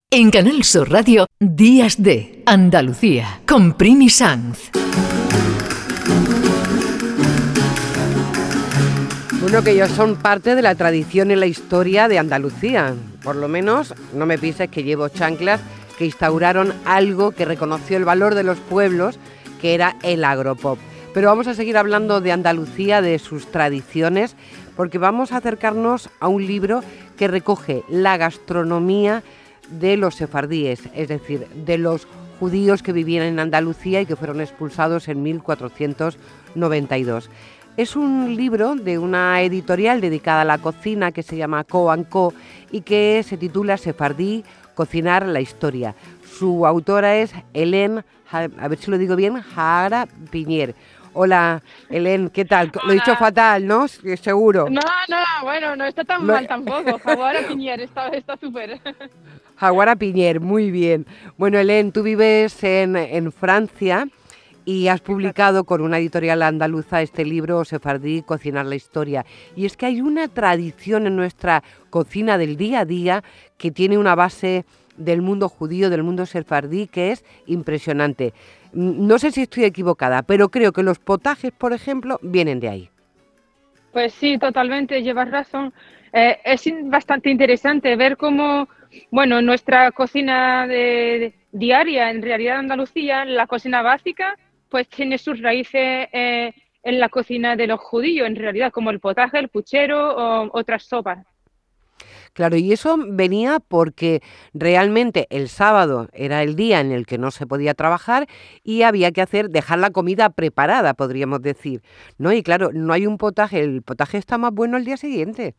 En Canal Sur Radio, Días de Andalucía, con Primi Sanz. Bueno, que ellos son parte de la tradición y la historia de Andalucía. Por lo menos, no me pienses que llevo chanclas, que instauraron algo que reconoció el valor de los pueblos, que era el agropop. Pero vamos a seguir hablando de Andalucía, de sus tradiciones, porque vamos a acercarnos a un libro que recoge la gastronomía de los sefardíes, es decir, de los judíos que vivían en Andalucía y que fueron expulsados en 1492. Es un libro de una editorial dedicada a la cocina que se llama Co & Co y que se titula Sefardí, cocinar la historia. Su autora es Hélène, a ver si lo digo bien, Jara Piñer. Hola, Hélène, ¿qué tal? Hola. Lo he dicho fatal, ¿no? Seguro. No, bueno, no está tan mal tampoco. Jaguara Piñer está súper. Jaguara Piñer, muy bien. Bueno, Hélène, tú vives en Francia y has publicado con una editorial andaluza este libro, Sefardí, cocinar la historia. Y es que hay una tradición en nuestra cocina del día a día que tiene una base del mundo judío, del mundo sefardí, que es impresionante. No sé si estoy equivocada, pero creo que los potajes, por ejemplo, vienen de ahí. Pues sí, totalmente, llevas razón. Es bastante interesante ver cómo, bueno, nuestra cocina diaria, en realidad Andalucía, la cocina básica, pues tiene sus raíces en la cocina de los judíos, en realidad, como el potaje, el puchero o otras sopas. Claro, y eso venía porque realmente el sábado era el día en el que no se podía trabajar y había que dejar la comida preparada, podríamos decir, ¿no? Y claro, no hay un potaje, el potaje está más bueno el día siguiente.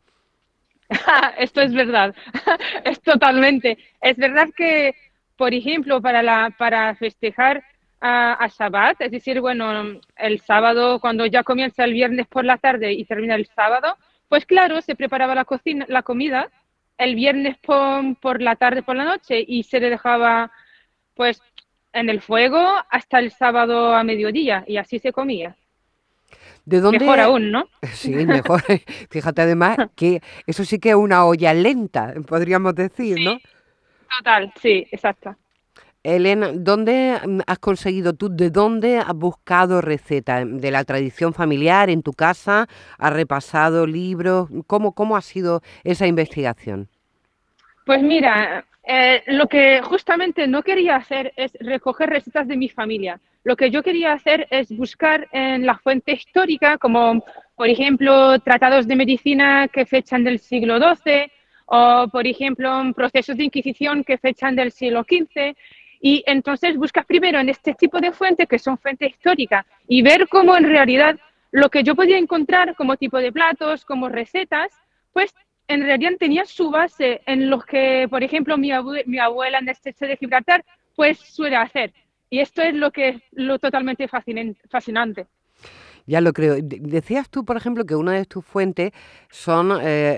Esto es verdad, es totalmente. Es verdad que, por ejemplo, para festejar a Shabbat, es decir, bueno, el sábado, cuando ya comienza el viernes por la tarde y termina el sábado, pues claro, se preparaba la comida el viernes por la tarde, por la noche, y se le dejaba pues en el fuego hasta el sábado a mediodía, y así se comía. ¿De Mejor dónde? aún, ¿no? Sí, mejor. Fíjate además que eso sí que es una olla lenta, podríamos decir, Sí, ¿no? total, sí, exacto. Elena, ¿dónde has conseguido tú, de dónde has buscado recetas? ¿De la tradición familiar en tu casa? ¿Has repasado libros? ¿Cómo ha sido esa investigación? Pues mira, lo que justamente no quería hacer es recoger recetas de mi familia. Lo que yo quería hacer es buscar en la fuente histórica, como por ejemplo tratados de medicina que fechan del siglo XII o por ejemplo procesos de inquisición que fechan del siglo XV. Y entonces buscas primero en este tipo de fuentes, que son fuentes históricas, y ver cómo en realidad lo que yo podía encontrar como tipo de platos, como recetas, pues en realidad tenía su base en los que, por ejemplo, mi abuela en el estrecho de Gibraltar, pues suele hacer. Y esto es lo que es lo totalmente fascinante. Ya lo creo. Decías tú, por ejemplo, que una de tus fuentes son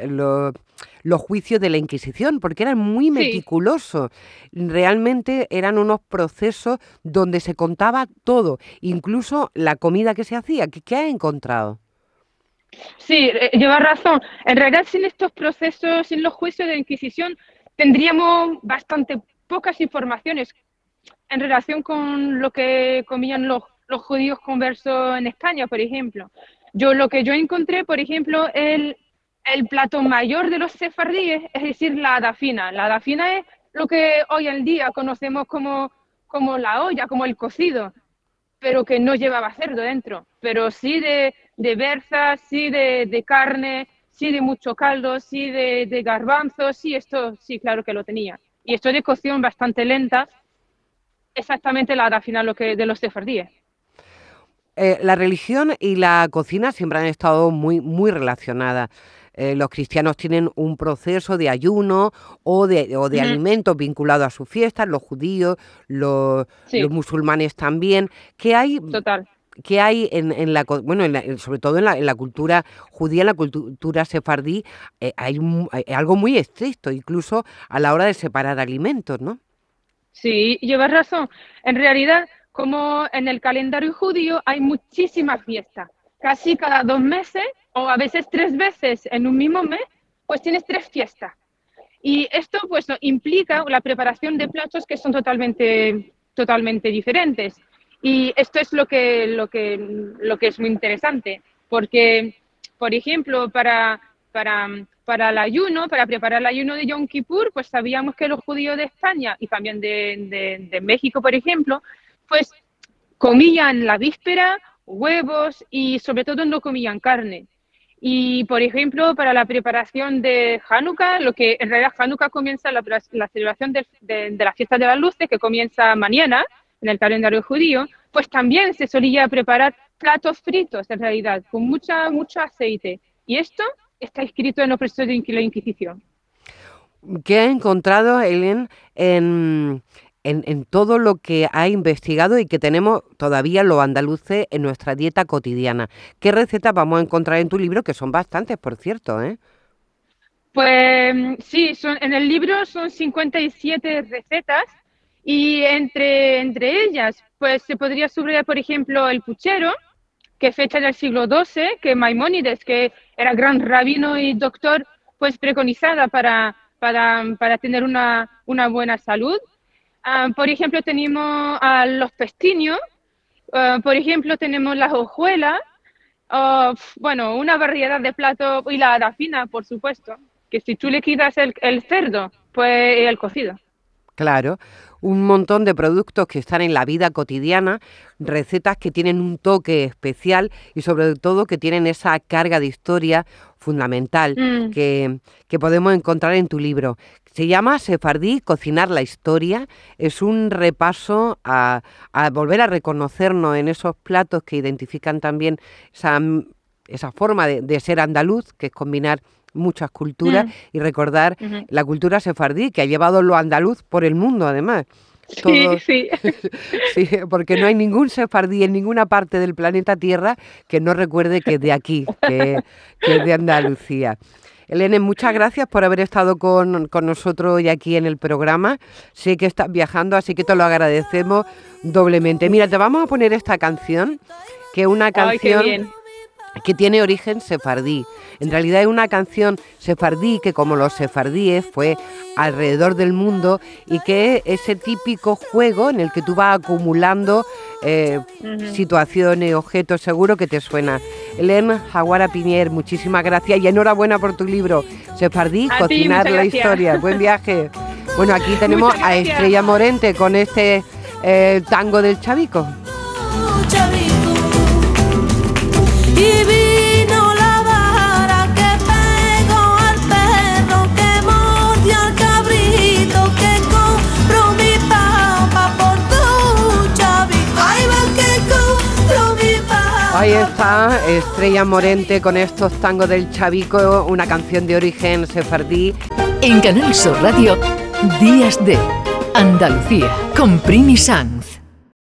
los juicios de la Inquisición, porque eran muy Sí, meticulosos. Realmente eran unos procesos donde se contaba todo, incluso la comida que se hacía. ¿Qué has encontrado? sí, lleva razón. En realidad, sin estos procesos, sin los juicios de Inquisición, tendríamos bastante pocas informaciones en relación con lo que comían los judíos conversos en España, por ejemplo. Lo que yo encontré, por ejemplo, el plato mayor de los sefardíes, es decir, la adafina. La adafina es lo que hoy en día conocemos como la olla, como el cocido, pero que no llevaba cerdo dentro, pero sí de berza, sí de carne, sí de mucho caldo, sí de garbanzos, sí, esto sí, claro que lo tenía. Y esto de cocción bastante lenta, exactamente la hora final de los sefardíes. La religión y la cocina siempre han estado muy relacionadas. Los cristianos tienen un proceso de ayuno o de Ujú. alimentos vinculado a sus fiestas, los judíos, los Sí, musulmanes también. total. ¿Qué hay sobre todo en la cultura judía, en la cultura sefardí, hay algo muy estricto, incluso a la hora de separar alimentos, ¿no? Sí, llevas razón. En realidad, como en el calendario judío hay muchísimas fiestas, casi cada 2 meses o a veces 3 veces en un mismo mes, pues tienes 3 fiestas. Y esto pues implica la preparación de platos que son totalmente diferentes. Y esto es lo que es muy interesante, porque, por ejemplo, para el ayuno, para preparar el ayuno de Yom Kippur, pues sabíamos que los judíos de España y también de México, por ejemplo, pues comían la víspera huevos y sobre todo no comían carne. Y, por ejemplo, para la preparación de Hanukkah, lo que en realidad Hanukkah comienza la celebración de la fiesta de las luces, que comienza mañana en el calendario judío, pues también se solía preparar platos fritos, en realidad, con mucho aceite. Y esto está escrito en los procesos de la Inquisición. ¿Qué ha encontrado, Helen, en todo lo que ha investigado y que tenemos todavía los andaluces en nuestra dieta cotidiana? ¿Qué recetas vamos a encontrar en tu libro? Que son bastantes, por cierto, ¿eh? Pues sí, en el libro son 57 recetas y entre ellas pues se podría subrayar, por ejemplo, el puchero, que fecha del siglo XII, que Maimónides, que era gran rabino y doctor, pues preconizada para tener una buena salud. Por ejemplo, tenemos los pestiños, por ejemplo, tenemos las hojuelas, bueno, una variedad de platos, y la adafina, por supuesto, que si tú le quitas el cerdo, pues el cocido. Claro, un montón de productos que están en la vida cotidiana, recetas que tienen un toque especial y sobre todo que tienen esa carga de historia fundamental que podemos encontrar en tu libro. Se llama Sefardí, cocinar la historia. Es un repaso a volver a reconocernos en esos platos que identifican también esa forma de ser andaluz, que es combinar muchas culturas y recordar la cultura sefardí, que ha llevado lo andaluz por el mundo, además. Todos, sí. Sí, porque no hay ningún sefardí en ninguna parte del planeta Tierra que no recuerde que es de aquí, que es de Andalucía. Helene, muchas gracias por haber estado con nosotros hoy aquí en el programa. Sé que estás viajando, así que te lo agradecemos doblemente. Mira, te vamos a poner esta canción, que es una canción que tiene origen sefardí. En realidad es una canción sefardí que, como los sefardíes, fue alrededor del mundo y que es ese típico juego en el que tú vas acumulando situaciones, objetos. Seguro que te suena. Helen Jaguara Piñer, muchísimas gracias y enhorabuena por tu libro Sefardí, cocinar la historia. Buen viaje. Bueno, aquí tenemos a Estrella Morente con este tango del Chavico. Y vino la vara que pegó al perro, que mordió al cabrito, que compró mi papá por tu Chavico. Ay, va que compró mi papá. Ahí está Estrella Morente con estos tangos del Chavico, una canción de origen sefardí. En Canal Sur Radio, Días de Andalucía, con Primi San.